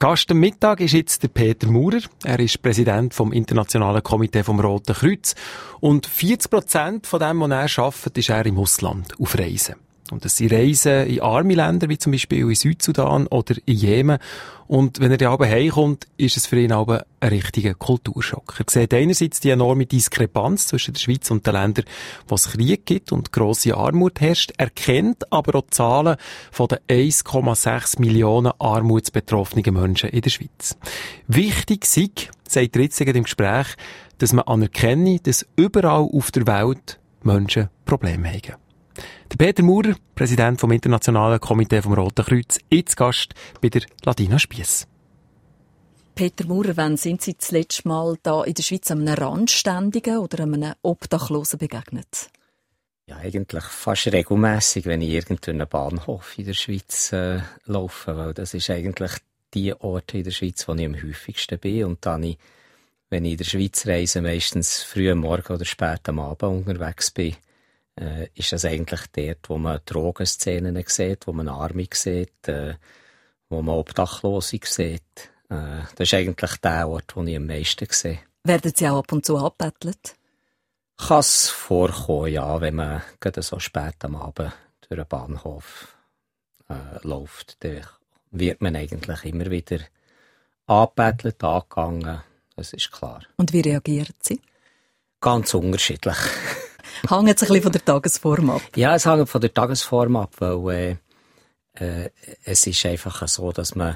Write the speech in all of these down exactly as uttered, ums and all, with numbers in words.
Gast am Mittag ist jetzt der Peter Maurer. Er ist Präsident vom Internationalen Komitee vom Roten Kreuz. Und vierzig Prozent von dem, was er arbeitet, ist er im Ausland, auf Reisen. Und das sind Reisen in arme Länder, wie zum Beispiel in Südsudan oder in Jemen. Und wenn er dann aber heimkommt, ist es für ihn aber ein richtiger Kulturschock. Er sieht einerseits die enorme Diskrepanz zwischen der Schweiz und den Ländern, wo es Krieg gibt und grosse Armut herrscht. Er kennt aber auch die Zahlen von den eins Komma sechs Millionen armutsbetroffenen Menschen in der Schweiz. Wichtig sei, sagt er jetzt im Gespräch, dass man anerkenne, dass überall auf der Welt Menschen Probleme haben. Der Peter Maurer, Präsident vom Internationalen Komitee vom Roten Kreuz, jetzt Gast bei der Ladina Spiess. Peter Maurer, wann sind Sie das letzte Mal da in der Schweiz einem Randständigen oder einem Obdachlosen begegnet? Ja, eigentlich fast regelmässig, wenn ich irgendwo in einen Bahnhof in der Schweiz äh, laufe, weil das ist eigentlich die Orte in der Schweiz, wo ich am häufigsten bin. Und dann, ich, wenn ich in der Schweiz reise, meistens früh am Morgen oder spät am Abend unterwegs bin, Äh, ist das eigentlich dort, wo man Drogenszenen sieht, wo man Arme sieht, äh, wo man Obdachlose sieht. Äh, das ist eigentlich der Ort, den ich am meisten sehe. Werden Sie auch ab und zu angebettelt? Kann es vorkommen, ja, wenn man gerade so spät am Abend durch den Bahnhof äh, läuft. Dann wird man eigentlich immer wieder angebettelt, angegangen. Das ist klar. Und wie reagieren Sie? Ganz unterschiedlich. Hängt es ein bisschen von der Tagesform ab? Ja, es hängt von der Tagesform ab, weil äh, äh, es ist einfach so, dass man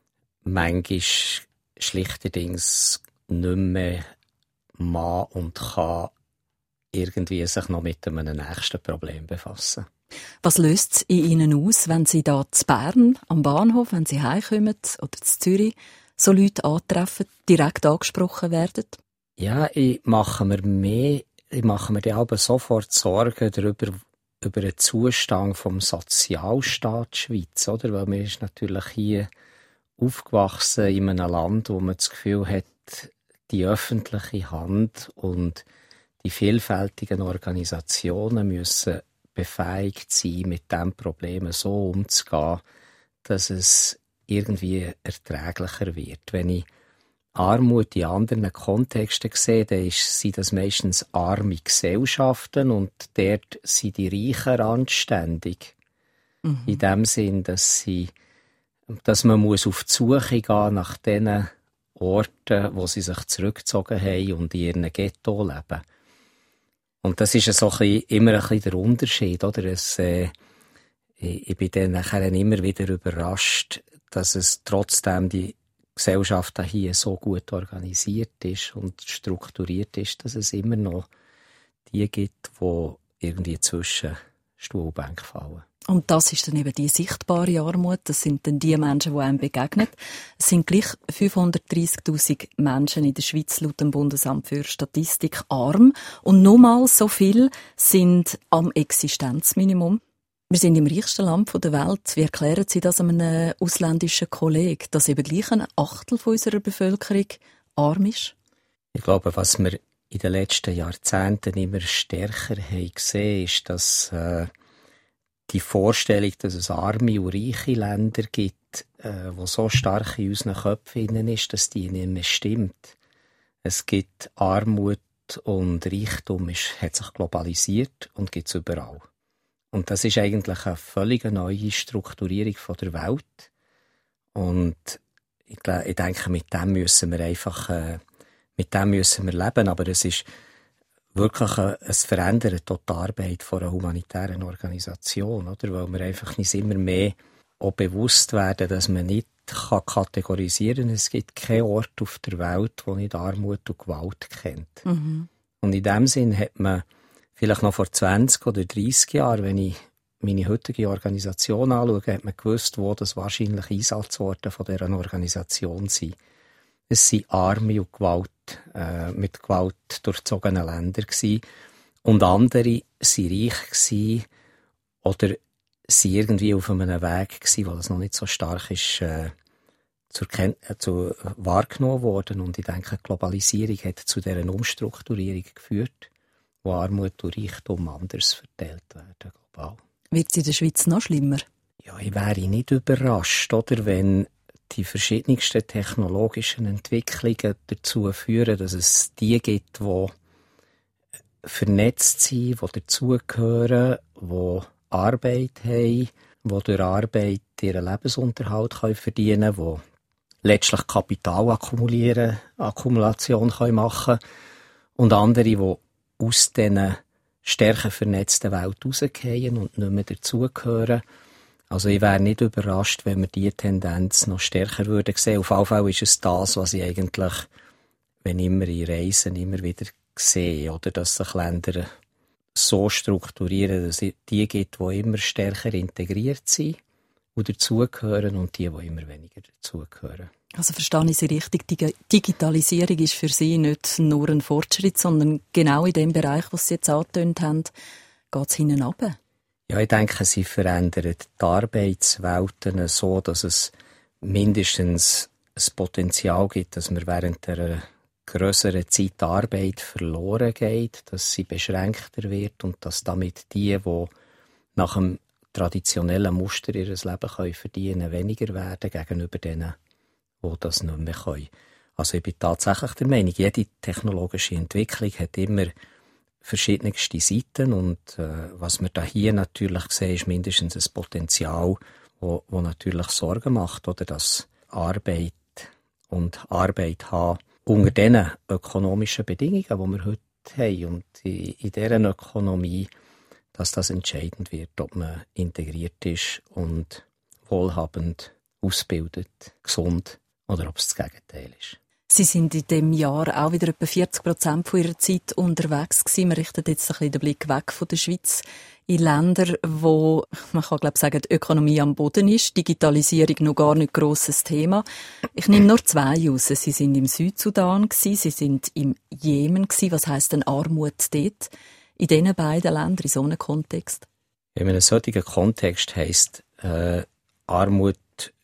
manchmal schlichterdings nicht mehr mag und kann irgendwie sich noch mit einem nächsten Problem befassen. Was löst es in Ihnen aus, wenn Sie da zu Bern am Bahnhof, wenn Sie heimkommen oder zu Zürich, so Leute antreffen, direkt angesprochen werden? Ja, ich mache mir mehr Ich mache mir dann aber sofort Sorgen darüber, über den Zustand vom Sozialstaat Schweiz, oder? Weil man ist natürlich hier aufgewachsen in einem Land, wo man das Gefühl hat, die öffentliche Hand und die vielfältigen Organisationen müssen befähigt sein, mit diesem Problem so umzugehen, dass es irgendwie erträglicher wird. Wenn ich Armut in anderen Kontexten sehe, dann sind das meistens arme Gesellschaften und dort sind die Reichen randständig. Mhm. In dem Sinn, dass, sie, dass man muss auf die Suche gehen nach den Orten, wo sie sich zurückgezogen haben und in ihren Ghetto leben. Und das ist so ein bisschen, immer ein bisschen der Unterschied, oder? Es, äh, ich bin dann nachher immer wieder überrascht, dass es trotzdem die Gesellschaft hier so gut organisiert ist und strukturiert ist, dass es immer noch die gibt, die irgendwie zwischen Stuhl und Bank fallen. Und das ist dann eben die sichtbare Armut. Das sind dann die Menschen, die einem begegnen. Es sind gleich fünfhundertdreissigtausend Menschen in der Schweiz laut dem Bundesamt für Statistik arm. Und nochmal so viel sind am Existenzminimum. Wir sind im reichsten Land der Welt. Wie erklären Sie das einem ausländischen Kollegen, dass eben gleich ein Achtel von unserer Bevölkerung arm ist? Ich glaube, was wir in den letzten Jahrzehnten immer stärker haben gesehen, ist, dass äh, die Vorstellung, dass es arme und reiche Länder gibt, äh, die so stark in unseren Köpfen ist, dass die nicht mehr stimmt. Es gibt Armut und Reichtum, ist, hat sich globalisiert und gibt es überall. Und das ist eigentlich eine völlig neue Strukturierung von der Welt. Und ich, ich denke, mit dem müssen wir einfach, äh, mit dem müssen wir leben. Aber es ist wirklich ein, ein Verändern der Arbeit von einer humanitären Organisation, oder? Weil wir einfach nicht immer mehr auch bewusst werden, dass man nicht kann kategorisieren kann. Es gibt keinen Ort auf der Welt, der nicht Armut und Gewalt kennt. Mhm. Und in dem Sinn hat man vielleicht noch vor zwanzig oder dreissig Jahren, wenn ich meine heutige Organisation anschaue, hat man gewusst, wo das wahrscheinlich Einsatzorte von dieser Organisation sind. Es sind arme und Gewalt, äh, mit Gewalt durchzogene Länder gewesen. Und andere waren reich gewesen oder sind irgendwie auf einem Weg gewesen, wo das noch nicht so stark ist, äh, zur Ken- äh, zu, äh, wahrgenommen worden. Und ich denke, die Globalisierung hat zu dieser Umstrukturierung geführt, wo Armut und Reichtum anders verteilt werden, global. Wird es in der Schweiz noch schlimmer? Ja, ich wäre nicht überrascht, oder, wenn die verschiedensten technologischen Entwicklungen dazu führen, dass es die gibt, die vernetzt sind, die dazugehören, die Arbeit haben, die durch Arbeit ihren Lebensunterhalt verdienen können, die letztlich Kapital akkumulieren, Akkumulation machen können, und andere, die aus diesen stärker vernetzten Welt rausgehen und nicht mehr dazugehören. Also ich wäre nicht überrascht, wenn wir diese Tendenz noch stärker würden sehen. Auf jeden Fall ist es das, was ich eigentlich, wenn immer ich reise, immer wieder sehe, oder dass sich Länder so strukturieren, dass es die gibt, die immer stärker integriert sind und dazugehören, und die, die immer weniger dazugehören. Also verstehe ich Sie richtig, die Digitalisierung ist für Sie nicht nur ein Fortschritt, sondern genau in dem Bereich, was Sie jetzt angetönt haben, geht es hinten runter? Ja, ich denke, sie verändert die Arbeitswelten so, dass es mindestens ein Potenzial gibt, dass wir während einer grösseren Zeit Arbeit verloren geht, dass sie beschränkter wird und dass damit die, die nach dem traditionellen Muster ihr Leben können verdienen können, weniger werden gegenüber denen, die das nicht mehr können. Also ich bin tatsächlich der Meinung, jede technologische Entwicklung hat immer verschiedenste Seiten, und äh, was wir da hier natürlich sehen, ist mindestens ein Potenzial, wo, wo natürlich Sorgen macht, oder dass Arbeit und Arbeit haben unter diesen ökonomischen Bedingungen, die wir heute haben, und in, in dieser Ökonomie, dass das entscheidend wird, ob man integriert ist und wohlhabend, ausgebildet, gesund, oder ob es das Gegenteil ist. Sie sind in diesem Jahr auch wieder etwa vierzig Prozent von Ihrer Zeit unterwegs gewesen. Man richtet jetzt ein bisschen den Blick weg von der Schweiz in Länder, wo, man kann glaube ich sagen, die Ökonomie am Boden ist, Digitalisierung noch gar nicht grosses Thema. Ich nehme nur zwei raus. Sie sind im Südsudan gewesen, Sie sind im Jemen gewesen. Was heisst denn Armut dort? In diesen beiden Ländern, in so einem Kontext? In einem solchen Kontext heisst äh, Armut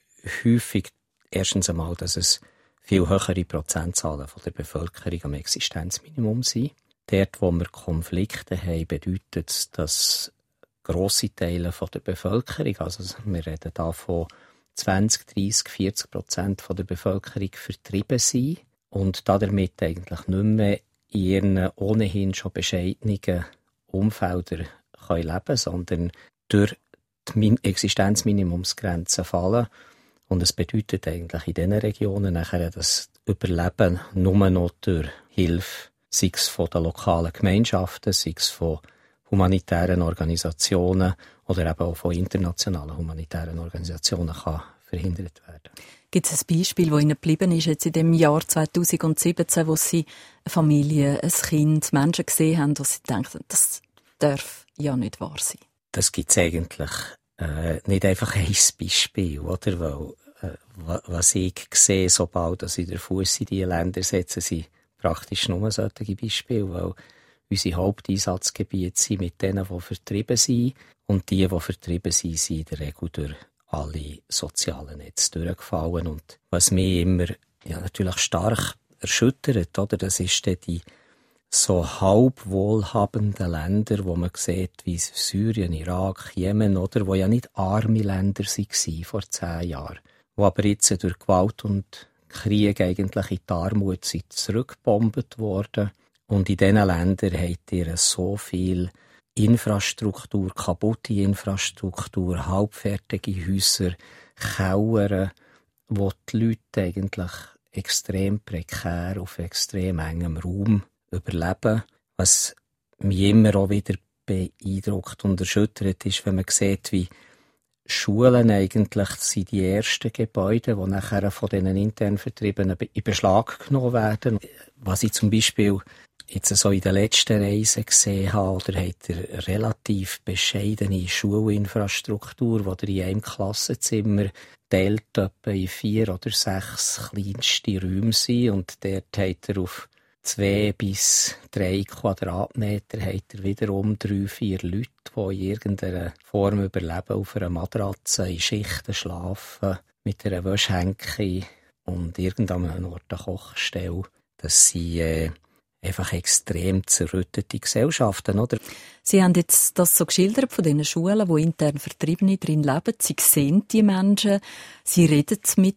häufig erstens einmal, dass es viel höhere Prozentzahlen von der Bevölkerung am Existenzminimum sind. Dort, wo wir Konflikte haben, bedeutet es, dass grosse Teile von der Bevölkerung, also wir reden da von zwanzig, dreissig, vierzig Prozent von der Bevölkerung vertrieben sind und damit eigentlich nicht mehr in ihren ohnehin schon bescheidenen Umfeldern können leben, sondern durch die Existenzminimumsgrenzen fallen. Und es bedeutet eigentlich in diesen Regionen nachher, dass Überleben nur noch durch Hilfe, sei es von den lokalen Gemeinschaften, sei es von humanitären Organisationen oder eben auch von internationalen humanitären Organisationen kann verhindert werden. Gibt es ein Beispiel, das Ihnen geblieben ist, jetzt in dem Jahr zwanzig siebzehn, wo Sie eine Familie, ein Kind, Menschen gesehen haben, wo Sie denken, das darf ja nicht wahr sein? Das gibt es eigentlich Äh, nicht einfach ein Beispiel, oder? Weil, äh, was ich sehe, sobald dass ich den Fuss in diese Länder setze, sind praktisch nur solche Beispiele, weil unsere Haupteinsatzgebiete sind mit denen, die vertrieben sind, und die, die vertrieben sind, sind in der Regel durch alle sozialen Netze durchgefallen. Und was mich immer ja, natürlich stark erschüttert, oder? Das ist dann die so halb wohlhabenden Länder, wo man sieht, wie Syrien, Irak, Jemen, oder, wo ja nicht arme Länder waren vor zehn Jahren, wo aber jetzt durch Gewalt und Krieg eigentlich in die Armut sind zurückgebombt worden. Und in diesen Ländern habt ihr so viel Infrastruktur, kaputte Infrastruktur, halbfertige Häuser, Keller, wo die Leute eigentlich extrem prekär auf extrem engem Raum überleben. Was mich immer auch wieder beeindruckt und erschüttert ist, wenn man sieht, wie Schulen eigentlich sind die ersten Gebäude, die nachher von diesen intern Vertriebenen in Beschlag genommen werden. Was ich zum Beispiel jetzt so in den letzten Reisen gesehen habe, oder hat er relativ bescheidene Schulinfrastruktur, die er in einem Klassenzimmer teilt, etwa in vier oder sechs kleinste Räume sind, und dort hat er auf zwei bis drei Quadratmeter hat er wiederum drei, vier Leute, die in irgendeiner Form überleben, auf einer Matratze, in Schichten schlafen, mit einer Wäschhänke und irgendeinem Ort eine Kochstelle. Das sind äh, einfach extrem zerrüttete Gesellschaften, oder? Sie haben jetzt das so geschildert von diesen Schulen, wo intern Vertriebene drin leben. Sie sehen die Menschen, sie reden mit ihnen.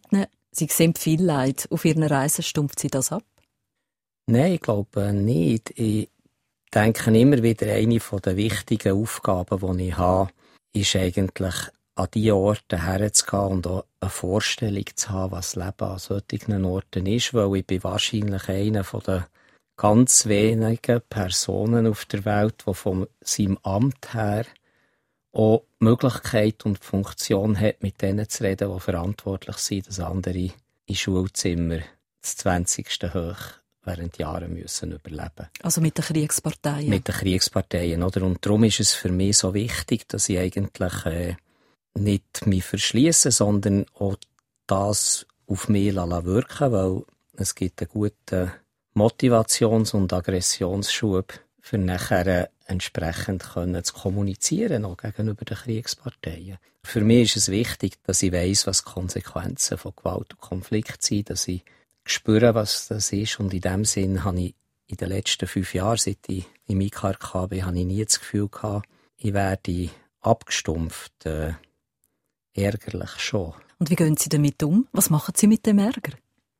Sie sehen viel Leid. Auf Ihren Reisen stumpft Sie das ab? Nein, ich glaube nicht. Ich denke immer wieder, eine der wichtigen Aufgaben, die ich habe, ist eigentlich, an die Orte herzugehen und auch eine Vorstellung zu haben, was das Leben an solchen Orten ist, weil ich bin wahrscheinlich einer der ganz wenigen Personen auf der Welt, die von seinem Amt her auch die Möglichkeit und die Funktion hat, mit denen zu reden, die verantwortlich sind, dass andere in Schulzimmer das zwanzigste hoch während Jahren müssen überleben. Also mit den Kriegsparteien? Mit den Kriegsparteien, oder? Und darum ist es für mich so wichtig, dass ich eigentlich äh, nicht mich verschließe, sondern auch das auf mich wirken, weil es gibt einen guten Motivations- und Aggressionsschub, für nachher entsprechend können zu kommunizieren, auch gegenüber den Kriegsparteien. Für mich ist es wichtig, dass ich weiss, was die Konsequenzen von Gewalt und Konflikt sind, dass ich spüre, was das ist. Und in dem Sinn habe ich in den letzten fünf Jahren, seit ich im I K R K bin, habe ich nie das Gefühl gehabt, ich werde abgestumpft, äh, ärgerlich schon. Und wie gehen Sie damit um? Was machen Sie mit dem Ärger?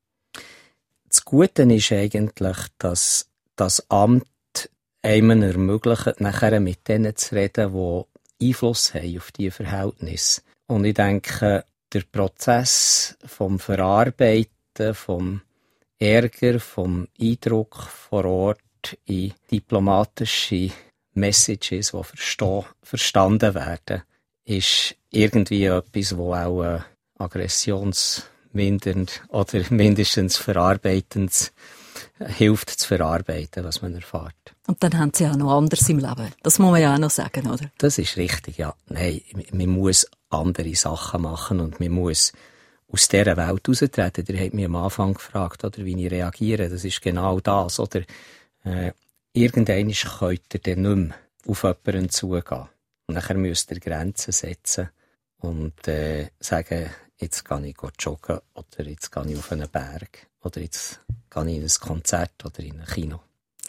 Das Gute ist eigentlich, dass das Amt einem ermöglicht, nachher mit denen zu reden, die Einfluss haben auf diese Verhältnisse. Und ich denke, der Prozess vom Verarbeiten, vom Ärger, vom Eindruck vor Ort in diplomatische Messages, die verstehen, verstanden werden, ist irgendwie etwas, wo auch äh, aggressionsmindernd oder mindestens verarbeitend hilft zu verarbeiten, was man erfährt. Und dann haben Sie auch noch anders im Leben. Das muss man ja auch noch sagen, oder? Das ist richtig, ja. Nein, man muss andere Sachen machen und man muss aus dieser Welt raustreten. Ihr habt mich am Anfang gefragt, oder, wie ich reagiere. Das ist genau das, oder? Äh, irgendwann könnt ihr dann nicht mehr auf jemanden zugehen. Und nachher müsst ihr Grenzen setzen und äh, sagen, jetzt gehe ich joggen oder jetzt gehe ich auf einen Berg oder jetzt gehe ich in ein Konzert oder in ein Kino.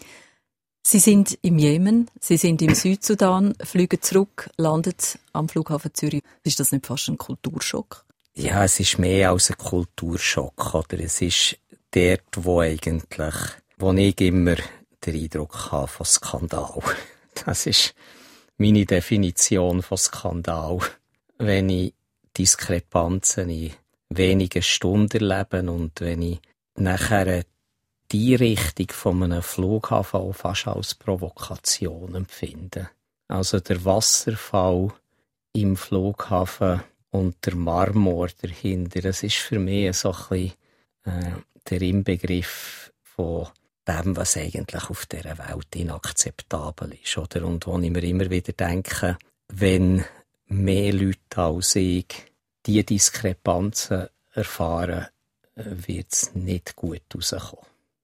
Sie sind im Jemen, Sie sind im Südsudan, fliegen zurück, landen am Flughafen Zürich. Ist das nicht fast ein Kulturschock? Ja, es ist mehr als ein Kulturschock, oder? Es ist dort, wo eigentlich, wo ich immer den Eindruck habe von Skandal. Das ist meine Definition von Skandal. Wenn ich Diskrepanzen in wenigen Stunden erlebe und wenn ich nachher die Richtung von einem Flughafen auch fast als Provokation empfinde. Also der Wasserfall im Flughafen und der Marmor dahinter, das ist für mich so ein bisschen äh, der Inbegriff von dem, was eigentlich auf dieser Welt inakzeptabel ist. Oder? Und wo ich mir immer wieder denke, wenn mehr Leute als ich diese Diskrepanzen erfahren, wird es nicht gut rauskommen.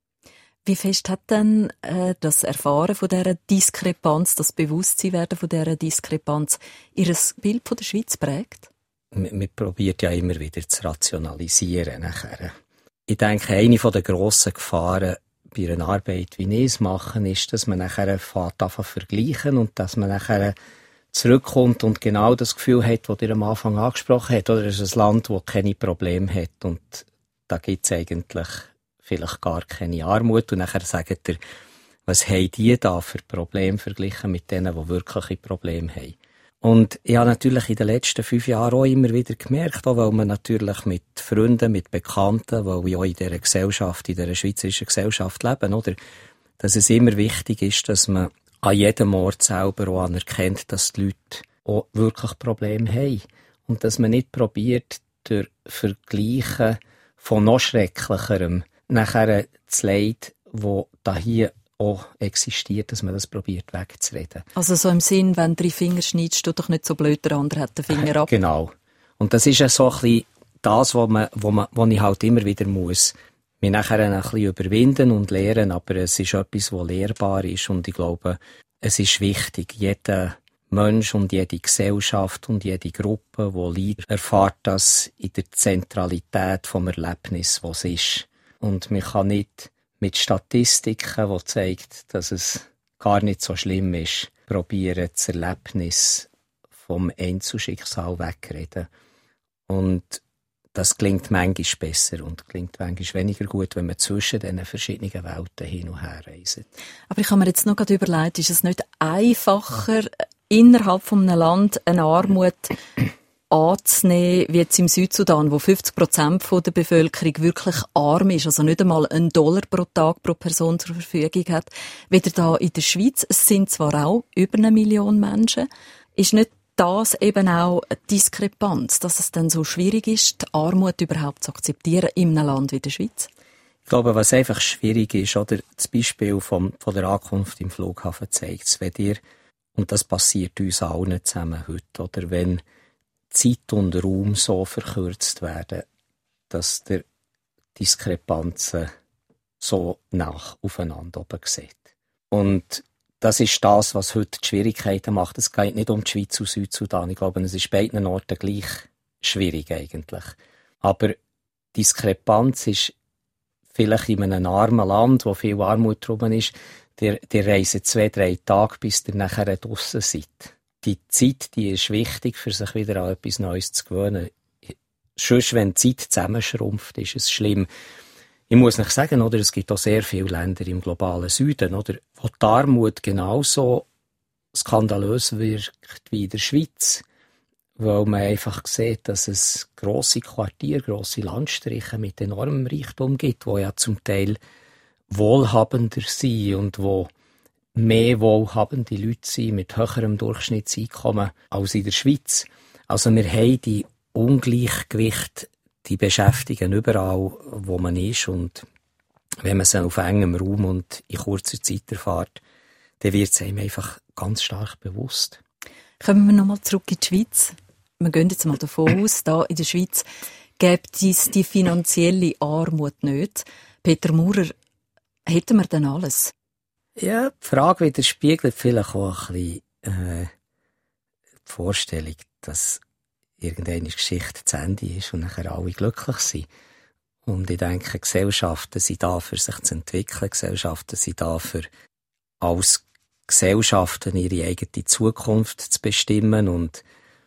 Wie fest hat denn äh, das Erfahren von dieser Diskrepanz, das Bewusstseinwerden von dieser Diskrepanz, Ihr Bild von der Schweiz prägt? Man, man probiert ja immer wieder zu rationalisieren. Nachher. Ich denke, eine der grossen Gefahren bei einer Arbeit, wie ich es mache, ist, dass man nachher anfängt zu vergleichen und dass man nachher zurückkommt und genau das Gefühl hat, das ihr am Anfang angesprochen habt. Oder es ist ein Land, das keine Probleme hat und da gibt es eigentlich vielleicht gar keine Armut. Und nachher sagt ihr, was haben die da für Probleme verglichen mit denen, die wirkliche Probleme haben. Und ich habe natürlich in den letzten fünf Jahren auch immer wieder gemerkt, auch weil man natürlich mit Freunden, mit Bekannten, weil wir auch in dieser Gesellschaft, in dieser schweizerischen Gesellschaft leben, oder, dass es immer wichtig ist, dass man an jedem Ort selber auch anerkennt, dass die Leute auch wirklich Probleme haben. Und dass man nicht probiert, durch Vergleichen von noch schrecklicherem nachher das Leid, das da hier auch existiert, dass man das probiert wegzureden. Also so im Sinn, wenn du drei Finger schneidest, tut doch nicht so blöd, der andere hat den Finger ab. Genau. Und das ist ja so ein bisschen das, was man, wo man, wo ich halt immer wieder muss, mich nachher ein bisschen überwinden und lernen, aber es ist etwas, was lehrbar ist und ich glaube, es ist wichtig, jeder Mensch und jede Gesellschaft und jede Gruppe, die leidet, erfährt das in der Zentralität vom Erlebnis, was es ist. Und man kann nicht mit Statistiken, die zeigen, dass es gar nicht so schlimm ist, probieren, das Erlebnis vom Einzelschicksal wegzureden. Und das klingt manchmal besser und klingt manchmal weniger gut, wenn man zwischen diesen verschiedenen Welten hin und her reist. Aber ich habe mir jetzt noch gerade überlegt, ist es nicht einfacher, innerhalb von einem Land eine Armut anzunehmen, wie jetzt im Südsudan, wo fünfzig Prozent der Bevölkerung wirklich arm ist, also nicht einmal einen Dollar pro Tag pro Person zur Verfügung hat, weder da in der Schweiz. Es sind zwar auch über eine Million Menschen, ist nicht das eben auch eine Diskrepanz, dass es dann so schwierig ist, die Armut überhaupt zu akzeptieren in einem Land wie der Schweiz? Ich glaube, was einfach schwierig ist, oder das Beispiel vom, von der Ankunft im Flughafen zeigt es, wenn ihr, und das passiert uns allen zusammen heute, oder wenn Zeit und Raum so verkürzt werden, dass der Diskrepanzen so nach aufeinander oben sieht. Und das ist das, was heute die Schwierigkeiten macht. Es geht nicht um die Schweiz und Südsudan. Ich glaube, es ist beiden Orten gleich schwierig eigentlich. Aber Diskrepanz ist vielleicht in einem armen Land, wo viel Armut drum ist, der, der reisen zwei, drei Tage, bis ihr nachher draussen seid. Die Zeit, die ist wichtig, für sich wieder an etwas Neues zu gewöhnen. Sonst, wenn die Zeit zusammenschrumpft, ist es schlimm. Ich muss nicht sagen, oder, es gibt auch sehr viele Länder im globalen Süden, oder, wo die Armut genauso skandalös wirkt wie in der Schweiz, weil man einfach sieht, dass es grosse Quartiere, grosse Landstriche mit enormem Reichtum gibt, wo ja zum Teil wohlhabender sind und wo mehr wohlhabende Leute sind mit höherem Durchschnittseinkommen als in der Schweiz. Also wir haben die Ungleichgewicht, die beschäftigen überall, wo man ist, und wenn man sie auf engem Raum und in kurzer Zeit erfährt, dann wird es einem einfach ganz stark bewusst. Kommen wir nochmal zurück in die Schweiz. Wir gehen jetzt mal davon aus, da in der Schweiz gibt es die finanzielle Armut nicht. Peter Maurer, hätten wir denn alles? Ja, die Frage widerspiegelt vielleicht auch ein bisschen äh, die Vorstellung, dass irgendeine Geschichte zu Ende ist und nachher alle glücklich sind. Und ich denke, Gesellschaften sind da, für sich zu entwickeln. Gesellschaften sind da, für als Gesellschaften ihre eigene Zukunft zu bestimmen. Und,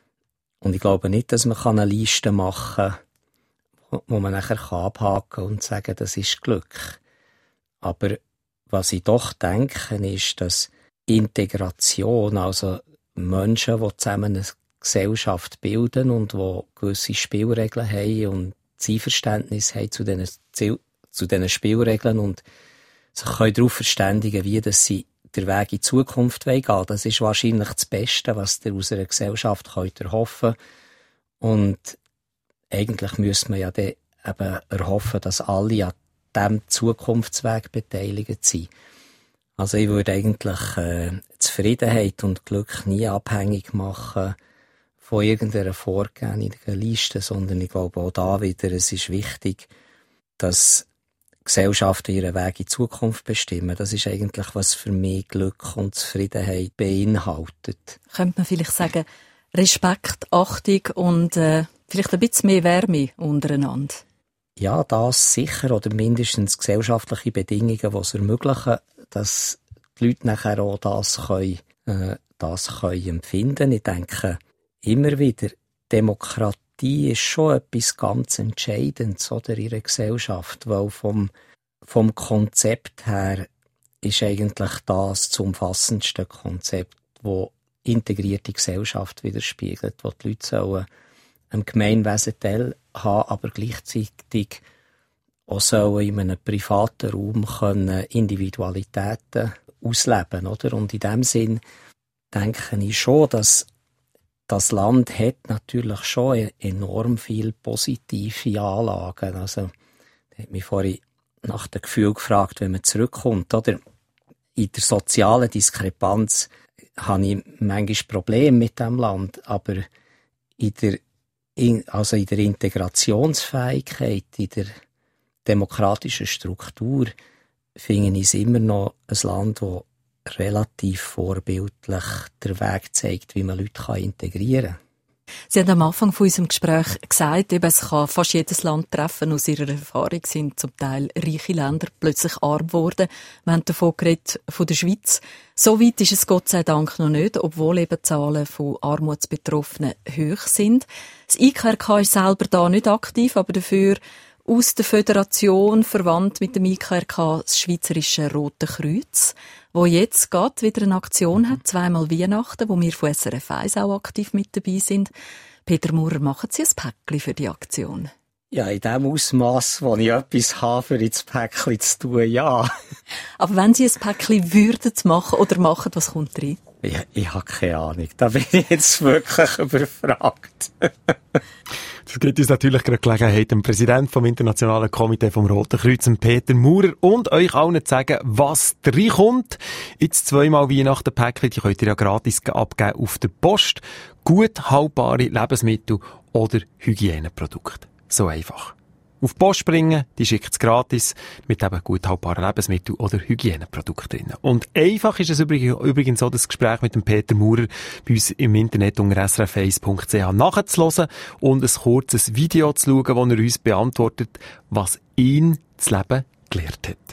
und ich glaube nicht, dass man eine Liste machen kann, wo man nachher abhaken kann und sagen, das ist Glück. Aber was ich doch denke, ist, dass Integration, also Menschen, die zusammen eine Gesellschaft bilden und die gewisse Spielregeln haben und Einverständnis haben zu diesen, zu diesen Spielregeln und sich können darauf verständigen, wie dass sie den Weg in die Zukunft gehen wollen. Das ist wahrscheinlich das Beste, was ihr aus einer Gesellschaft könnt erhoffen könnt. Und eigentlich müsste man ja dann eben erhoffen, dass alle an diesem Zukunftsweg beteiligt sind. Also ich würde eigentlich äh, Zufriedenheit und Glück nie abhängig machen von irgendeiner vorgegebenen Liste, sondern ich glaube auch da wieder, es ist wichtig, dass Gesellschaften ihren Weg in die Zukunft bestimmen. Das ist eigentlich, was für mich Glück und Zufriedenheit beinhaltet. Könnte man vielleicht sagen, Respekt, Achtung und äh, vielleicht ein bisschen mehr Wärme untereinander? Ja, das sicher, oder mindestens gesellschaftliche Bedingungen, die es ermöglichen, dass die Leute nachher auch das können, äh, das können empfinden. Ich denke immer wieder, Demokratie ist schon etwas ganz Entscheidendes, oder, in einer Gesellschaft, weil vom, vom Konzept her ist eigentlich das das umfassendste Konzept, das integrierte Gesellschaft widerspiegelt, wo die Leute sollen am Gemeinwesen teilhaben, aber gleichzeitig auch sollen in einem privaten Raum können Individualitäten ausleben, oder? Und in dem Sinn denke ich schon, dass das Land hat natürlich schon enorm viel positive Anlagen. Also, da hat mich vorhin nach dem Gefühl gefragt, wenn man zurückkommt, oder? In der sozialen Diskrepanz habe ich manchmal Probleme mit dem Land, aber in der In, also in der Integrationsfähigkeit, in der demokratischen Struktur, finde ich es immer noch ein Land, das relativ vorbildlich den Weg zeigt, wie man Leute integrieren kann. Sie haben am Anfang von unserem Gespräch gesagt, eben, es kann fast jedes Land treffen. Aus Ihrer Erfahrung sind zum Teil reiche Länder plötzlich arm geworden. Wir haben davon geredet, von der Schweiz. So weit ist es Gott sei Dank noch nicht, obwohl eben die Zahlen von Armutsbetroffenen hoch sind. Das I K R K ist selber da nicht aktiv, aber dafür aus der Föderation, verwandt mit dem I K R K, das Schweizerische Rote Kreuz, wo jetzt gerade wieder eine Aktion hat, zweimal Weihnachten, wo wir von S R F eins auch aktiv mit dabei sind. Peter Maurer, machen Sie ein Päckchen für die Aktion? Ja, in dem Ausmaß, wo ich etwas habe, für ins Päckchen zu tun, ja. Aber wenn Sie ein Päckchen würden machen oder machen, was kommt rein? Ich, ich habe keine Ahnung. Da bin ich jetzt wirklich überfragt. Das gibt uns natürlich gerade Gelegenheit, dem Präsidenten vom Internationalen Komitee vom Roten Kreuz, Peter Maurer, und euch allen zu sagen, was reinkommt. Jetzt zweimal Weihnachten Päckchen, die könnt ihr ja gratis abgeben auf der Post. Gut haltbare Lebensmittel oder Hygieneprodukte. So einfach. Auf die Post bringen, die schickt es gratis, mit eben gut haltbaren Lebensmitteln oder Hygieneprodukten drin. Und einfach ist es übrigens so, das Gespräch mit dem Peter Maurer bei uns im Internet unter s r f eins punkt c h nachzuhören und ein kurzes Video zu schauen, wo er uns beantwortet, was ihn das Leben gelehrt hat.